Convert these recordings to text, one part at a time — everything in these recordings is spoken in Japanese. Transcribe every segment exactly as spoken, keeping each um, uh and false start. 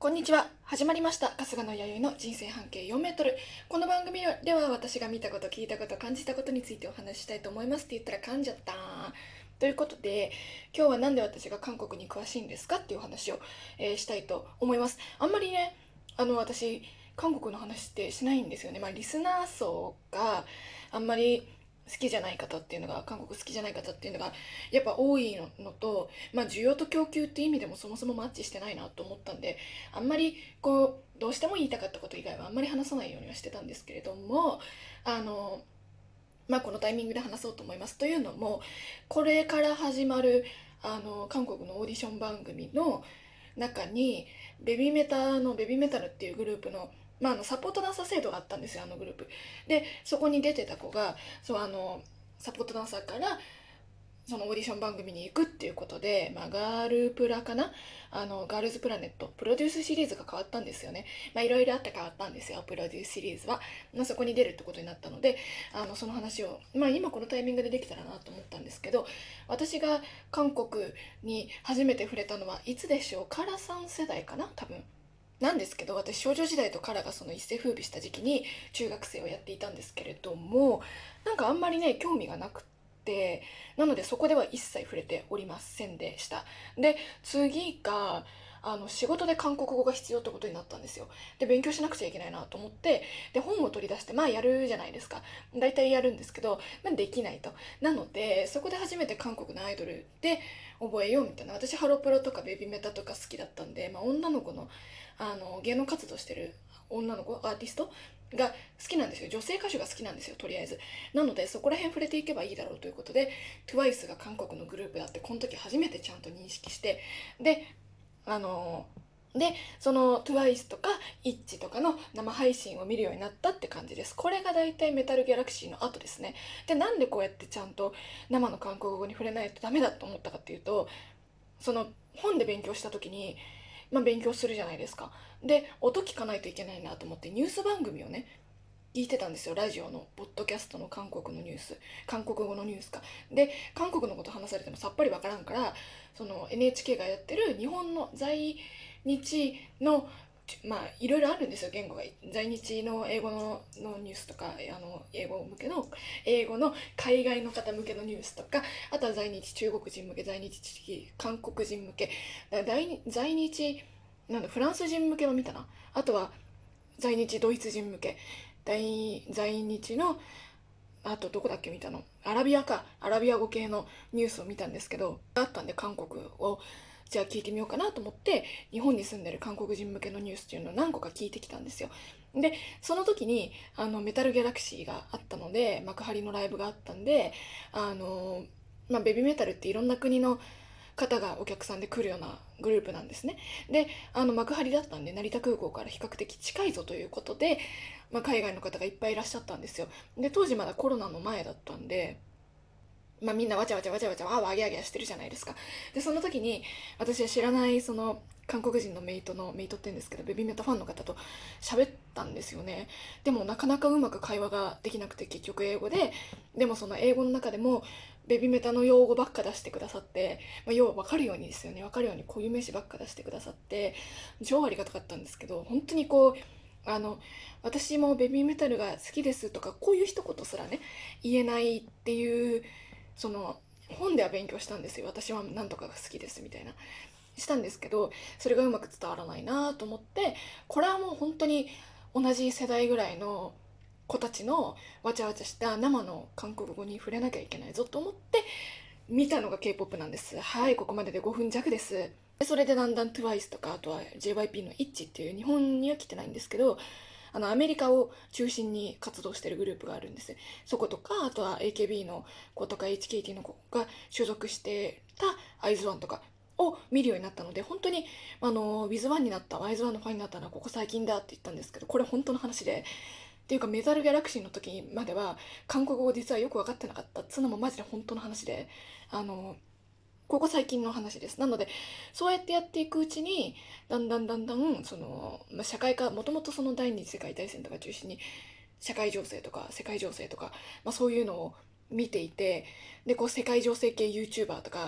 こんにちは。始まりました。春日の弥生の人生半径よんメートル。この番組では私が見たこと、聞いたこと、感じたことについてお話ししたいと思いますって言ったら噛んじゃった。ということで、今日はなんで私が韓国に詳しいんですかっていう話を、えーしたいと思います。あんまりね、あの、私、韓国の話ってしないんですよね。まあ、リスナー層があんまり好きじゃない方っていうのが、韓国好きじゃない方っていうのがやっぱ多いののと、まあ、需要と供給っていう意味でもそもそもマッチしてないなと思ったんで、あんまりこうどうしても言いたかったこと以外はあんまり話さないようにはしてたんですけれども、あのまあこのタイミングで話そうと思います。というのも、これから始まるあの韓国のオーディション番組の中にベビーメタのベビーメタルっていうグループの、まあ、あのサポートダンサー制度があったんですよ、あのグループで。そこに出てた子がそうあのサポートダンサーからそのオーディション番組に行くっていうことで、まあ、ガールプラかな、あのガールズプラネットプロデュースシリーズが変わったんですよね。まあいろいろあって変わったんですよ、プロデュースシリーズは。まあ、そこに出るってことになったので、あのその話を、まあ、今このタイミングでできたらなと思ったんですけど、私が韓国に初めて触れたのはいつでしょう。カラさん世代かな、多分。なんですけど、私少女時代とカラがその一世風靡した時期に中学生をやっていたんですけれども、なんかあんまりね興味がなくて、なのでそこでは一切触れておりませんでした。で、次があの仕事で韓国語が必要ってことになったんですよ。で、勉強しなくちゃいけないなと思って、で本を取り出してまあやるじゃないですか。大体やるんですけど、まあ、できないと。なのでそこで初めて韓国のアイドルで覚えようみたいな。私ハロプロとかベビーメタとか好きだったんで、まあ、女の子のあの芸能活動してる女の子アーティストが好きなんですよ。女性歌手が好きなんですよ、とりあえず。なのでそこら辺触れていけばいいだろうということで、 トゥワイス が韓国のグループだってこの時初めてちゃんと認識して、であのでその トゥワイス とか イッチ とかの生配信を見るようになったって感じです。これが大体メタルギャラクシーの後ですね。で、なんでこうやってちゃんと生の韓国語に触れないとダメだと思ったかっていうと、その本で勉強した時に、まあ、勉強するじゃないですか。で、音聞かないといけないなと思ってニュース番組をね聞いてたんですよ。ラジオのポッドキャストの韓国のニュース、韓国語のニュースか。で、韓国のこと話されてもさっぱりわからんから、その エヌエイチケー がやってる日本の在日の、まあいろいろあるんですよ、言語が。在日の英語ののニュースとか、あの英語向けの英語の海外の方向けのニュースとか、あとは在日中国人向け、在日韓国人向け、在在日なんだフランス人向けの見たな。あとは在日ドイツ人向け、在在日の、あとどこだっけ見たの、アラビアか、アラビア語系のニュースを見たんですけど、あったんで韓国をじゃあ聞いてみようかなと思って、日本に住んでる韓国人向けのニュースっていうのを何個か聞いてきたんですよ。で、その時にあのメタルギャラクシーがあったので、幕張のライブがあったんで、あのまあ、ベビーメタルっていろんな国の方がお客さんで来るようなグループなんですね。で、あの幕張だったんで成田空港から比較的近いぞということで、まあ、海外の方がいっぱいいらっしゃったんですよ。で、当時まだコロナの前だったんで、まあ、みんなわちゃわちゃわちゃわちゃわーわーあげあげしてるじゃないですか。で、その時に私は知らないその韓国人のメイトのメイトって言うんですけど、ベビーメタファンの方と喋ったんですよね。でもなかなかうまく会話ができなくて、結局英語で。でもその英語の中でもベビーメタの用語ばっか出してくださって、まあ、要は分かるようにですよね、分かるように固有名詞ばっか出してくださって、超ありがたかったんですけど、本当にこうあの私もベビーメタルが好きですとか、こういう一言すらね言えないっていう、その本では勉強したんですよ。私は何とかが好きですみたいなしたんですけど、それがうまく伝わらないなと思って、これはもう本当に同じ世代ぐらいの子たちのわちゃわちゃした生の韓国語に触れなきゃいけないぞと思って見たのが K-ポップ なんです。はい、ここまででごふん弱です。で、それでだんだん トゥワイス とか、あとは ジェイワイピー の イッチ っていう日本には来てないんですけど、あのアメリカを中心に活動してるグループがあるんです。そことか、あとは エーケービー の子とか エイチケーティー の子が所属してたアイズワンとかを見るようになったので、本当にあのウィズワンになった、アイズワンのファンになったのはここ最近だって言ったんですけど、これ本当の話で。っていうか、メタルギャラクシーの時までは韓国語実はよく分かってなかったっつうのもマジで本当の話で、あのここ最近の話です。なので、そうやってやっていくうちに、だんだんだんだん、その、まあ、社会科、もともとその第二次世界大戦とか中心に、社会情勢とか世界情勢とか、まあ、そういうのを見ていて、で、こう世界情勢系 YouTuber とか、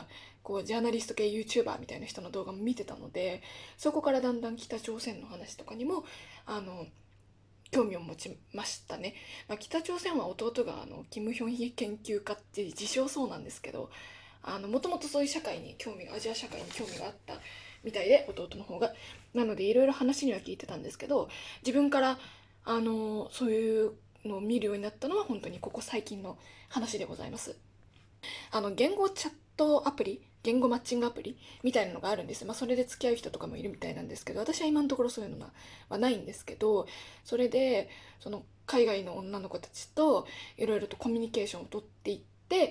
こうジャーナリスト系 YouTuber みたいな人の動画も見てたので、そこからだんだん北朝鮮の話とかにもあの興味を持ちましたね。まあ、北朝鮮は弟があのキム・ヒョンヒ研究家って自称そうなんですけど、あのもともとそういう社会に興味がアジア社会に興味があったみたいで、弟の方が。なのでいろいろ話には聞いてたんですけど、自分からあのそういうのを見るようになったのは本当にここ最近の話でございます。あの言語チャットアプリ、言語マッチングアプリみたいなのがあるんです。まあ、それで付き合う人とかもいるみたいなんですけど、私は今のところそういうのはないんですけど、それでその海外の女の子たちといろいろとコミュニケーションをとっていって、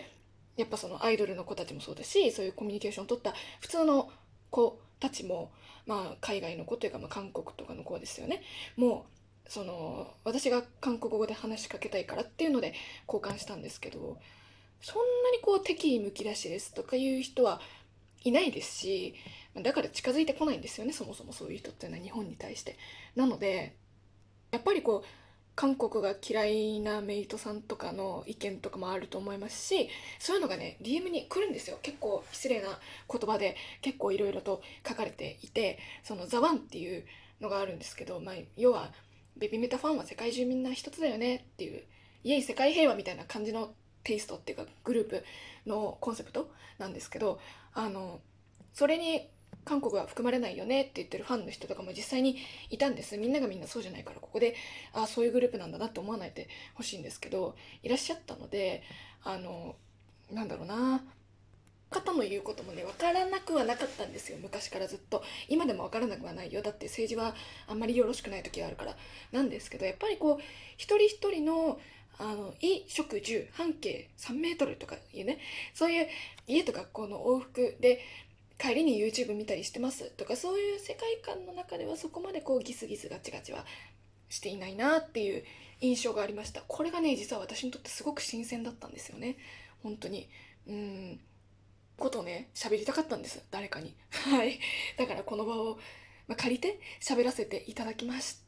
やっぱそのアイドルの子たちもそうだし、そういうコミュニケーションを取った普通の子たちも、まあ、海外の子というか、まあ、韓国とかの子ですよね。もうその私が韓国語で話しかけたいからっていうので交換したんですけど、そんなにこう敵意むき出しですとかいう人はいないですし、だから近づいてこないんですよね、そもそもそういう人っていうのは日本に対して。なのでやっぱりこう韓国が嫌いなメイトさんとかの意見とかもあると思いますし、そういうのがね ディーエム に来るんですよ。結構失礼な言葉で結構いろいろと書かれていて、そのザワンっていうのがあるんですけど、まあ、要はベビーメタファンは世界中みんな一つだよねっていう、イエイ世界平和みたいな感じのテイストっていうかグループのコンセプトなんですけど、あのそれに韓国は含まれないよねって言ってるファンの人とかも実際にいたんです。みんながみんなそうじゃないから、ここでああそういうグループなんだなって思わないでほしいんですけど、いらっしゃったので、あのなんだろうな、方の言うこともね分からなくはなかったんですよ、昔からずっと。今でも分からなくはないよ、だって政治はあんまりよろしくない時があるからなんですけど、やっぱりこう一人一人のあの衣食住半径さんメートルとかいうね、そういう家と学校の往復で帰りに YouTube 見たりしてますとか、そういう世界観の中ではそこまでこうギスギスガチガチはしていないなっていう印象がありました。これがね実は私にとってすごく新鮮だったんですよね、本当に。うんことをね喋りたかったんです、誰かに。はい、だからこの場を、まあ、借りて喋らせていただきました。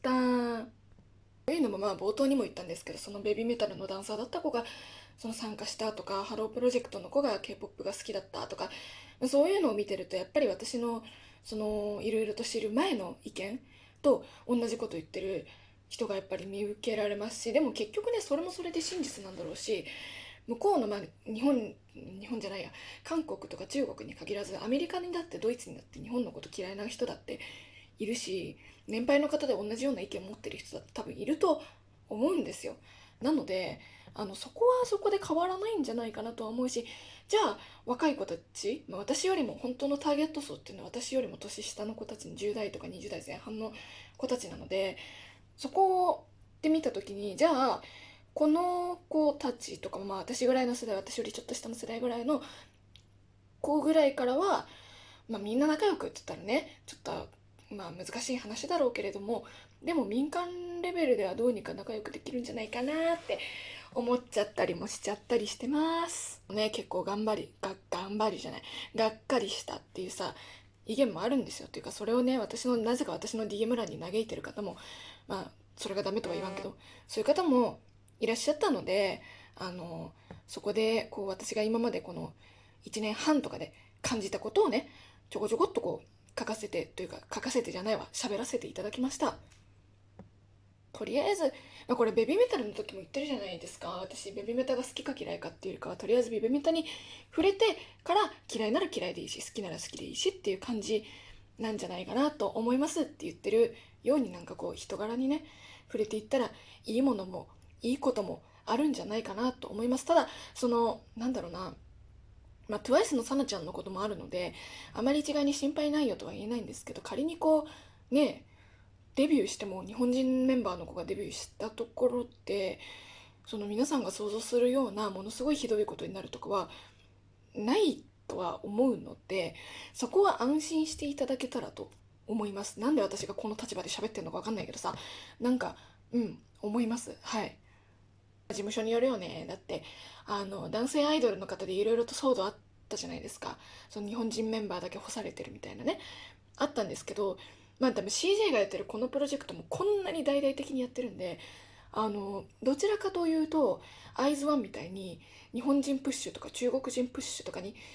というのもまあ冒頭にも言ったんですけど、そのベビーメタルのダンサーだった子がその参加したとか、ハロープロジェクトの子が K-ポップ が好きだったとか、そういうのを見てるとやっぱり私のそのいろいろと知る前の意見と同じこと言ってる人がやっぱり見受けられますし、でも結局ねそれもそれで真実なんだろうし、向こうの、まあ、日本日本じゃないや、韓国とか中国に限らずアメリカにだってドイツにだって日本のこと嫌いな人だっているし、年配の方で同じような意見を持ってる人だって多分いると思うんですよ。なのであのそこはそこで変わらないんじゃないかなとは思うし、じゃあ若い子たち、まあ、私よりも本当のターゲット層っていうのは私よりも年下の子たちにじゅう代とかにじゅう代前半の子たちなので、そこで見た時にじゃあこの子たちとかも、まあ私ぐらいの世代、私よりちょっと下の世代ぐらいの子ぐらいからは、まあみんな仲良くって言ったらねちょっとまあ難しい話だろうけれども、でも民間レベルではどうにか仲良くできるんじゃないかなって思っちゃったりもしちゃったりしてますね。結構頑張りが頑張りじゃないがっかりしたっていうさ意見もあるんですよ。っていうかそれをね、私のなぜか私の ディーエム 欄に嘆いてる方も、まあそれがダメとは言わんけど、そういう方もいらっしゃったので、あのそこでこう私が今までこのいちねんはんとかで感じたことをねちょこちょこっとこう書かせてというか書かせてじゃないわ喋らせていただきました。とりあえず、まあ、これベビーメタルの時も言ってるじゃないですか。私ベビーメタが好きか嫌いかっていうよりかは、とりあえずベビーメタに触れてから嫌いなら嫌いでいいし好きなら好きでいいしっていう感じなんじゃないかなと思いますって言ってるように、なんかこう人柄にね触れていったらいいものもいいこともあるんじゃないかなと思います。ただそのなんだろうな、まあ、トゥワイス のサナちゃんのこともあるのであまり一概に心配ないよとは言えないんですけど、仮にこうねデビューしても日本人メンバーの子がデビューしたところってその皆さんが想像するようなものすごいひどいことになるとかはないとは思うので、そこは安心していただけたらと思います。なんで私がこの立場で喋ってるのか分かんないけどさ、なんかうん思います。はい。事務所によるよね。だってあの男性アイドルの方でいろいろと騒動あったじゃないですか。その日本人メンバーだけ干されてるみたいなね、あったんですけど、まあ多分 シージェー がやってるこのプロジェクトもこんなに大々的にやってるんで、あのどちらかというとアイズワンみたいに日本人プッシュとか中国人プッシュとかに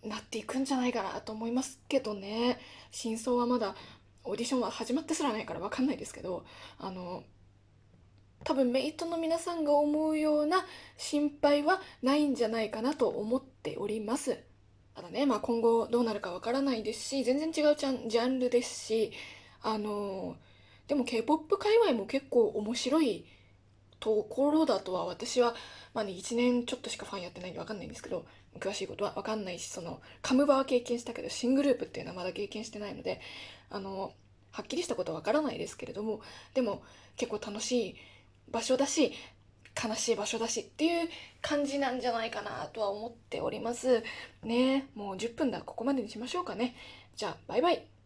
なっていくんじゃないかなと思いますけどね。真相はまだオーディションは始まってすらないから分かんないですけど、あの多分メイトの皆さんが思うような心配はないんじゃないかなと思っております。ただね、まあ、今後どうなるかわからないですし、全然違うジャン、ジャンルですし、あのでも K-ポップ 界隈も結構面白いところだとは私は、まあね、いちねんちょっとしかファンやってないんでわかんないんですけど、詳しいことはわかんないし、そのカムバは経験したけど新グループっていうのはまだ経験してないので、あのはっきりしたことはわからないですけれども、でも結構楽しい場所だし、悲しい場所だしっていう感じなんじゃないかなとは思っておりますね。もうじゅっぷんだ、ここまでにしましょうかね。じゃあバイバイ。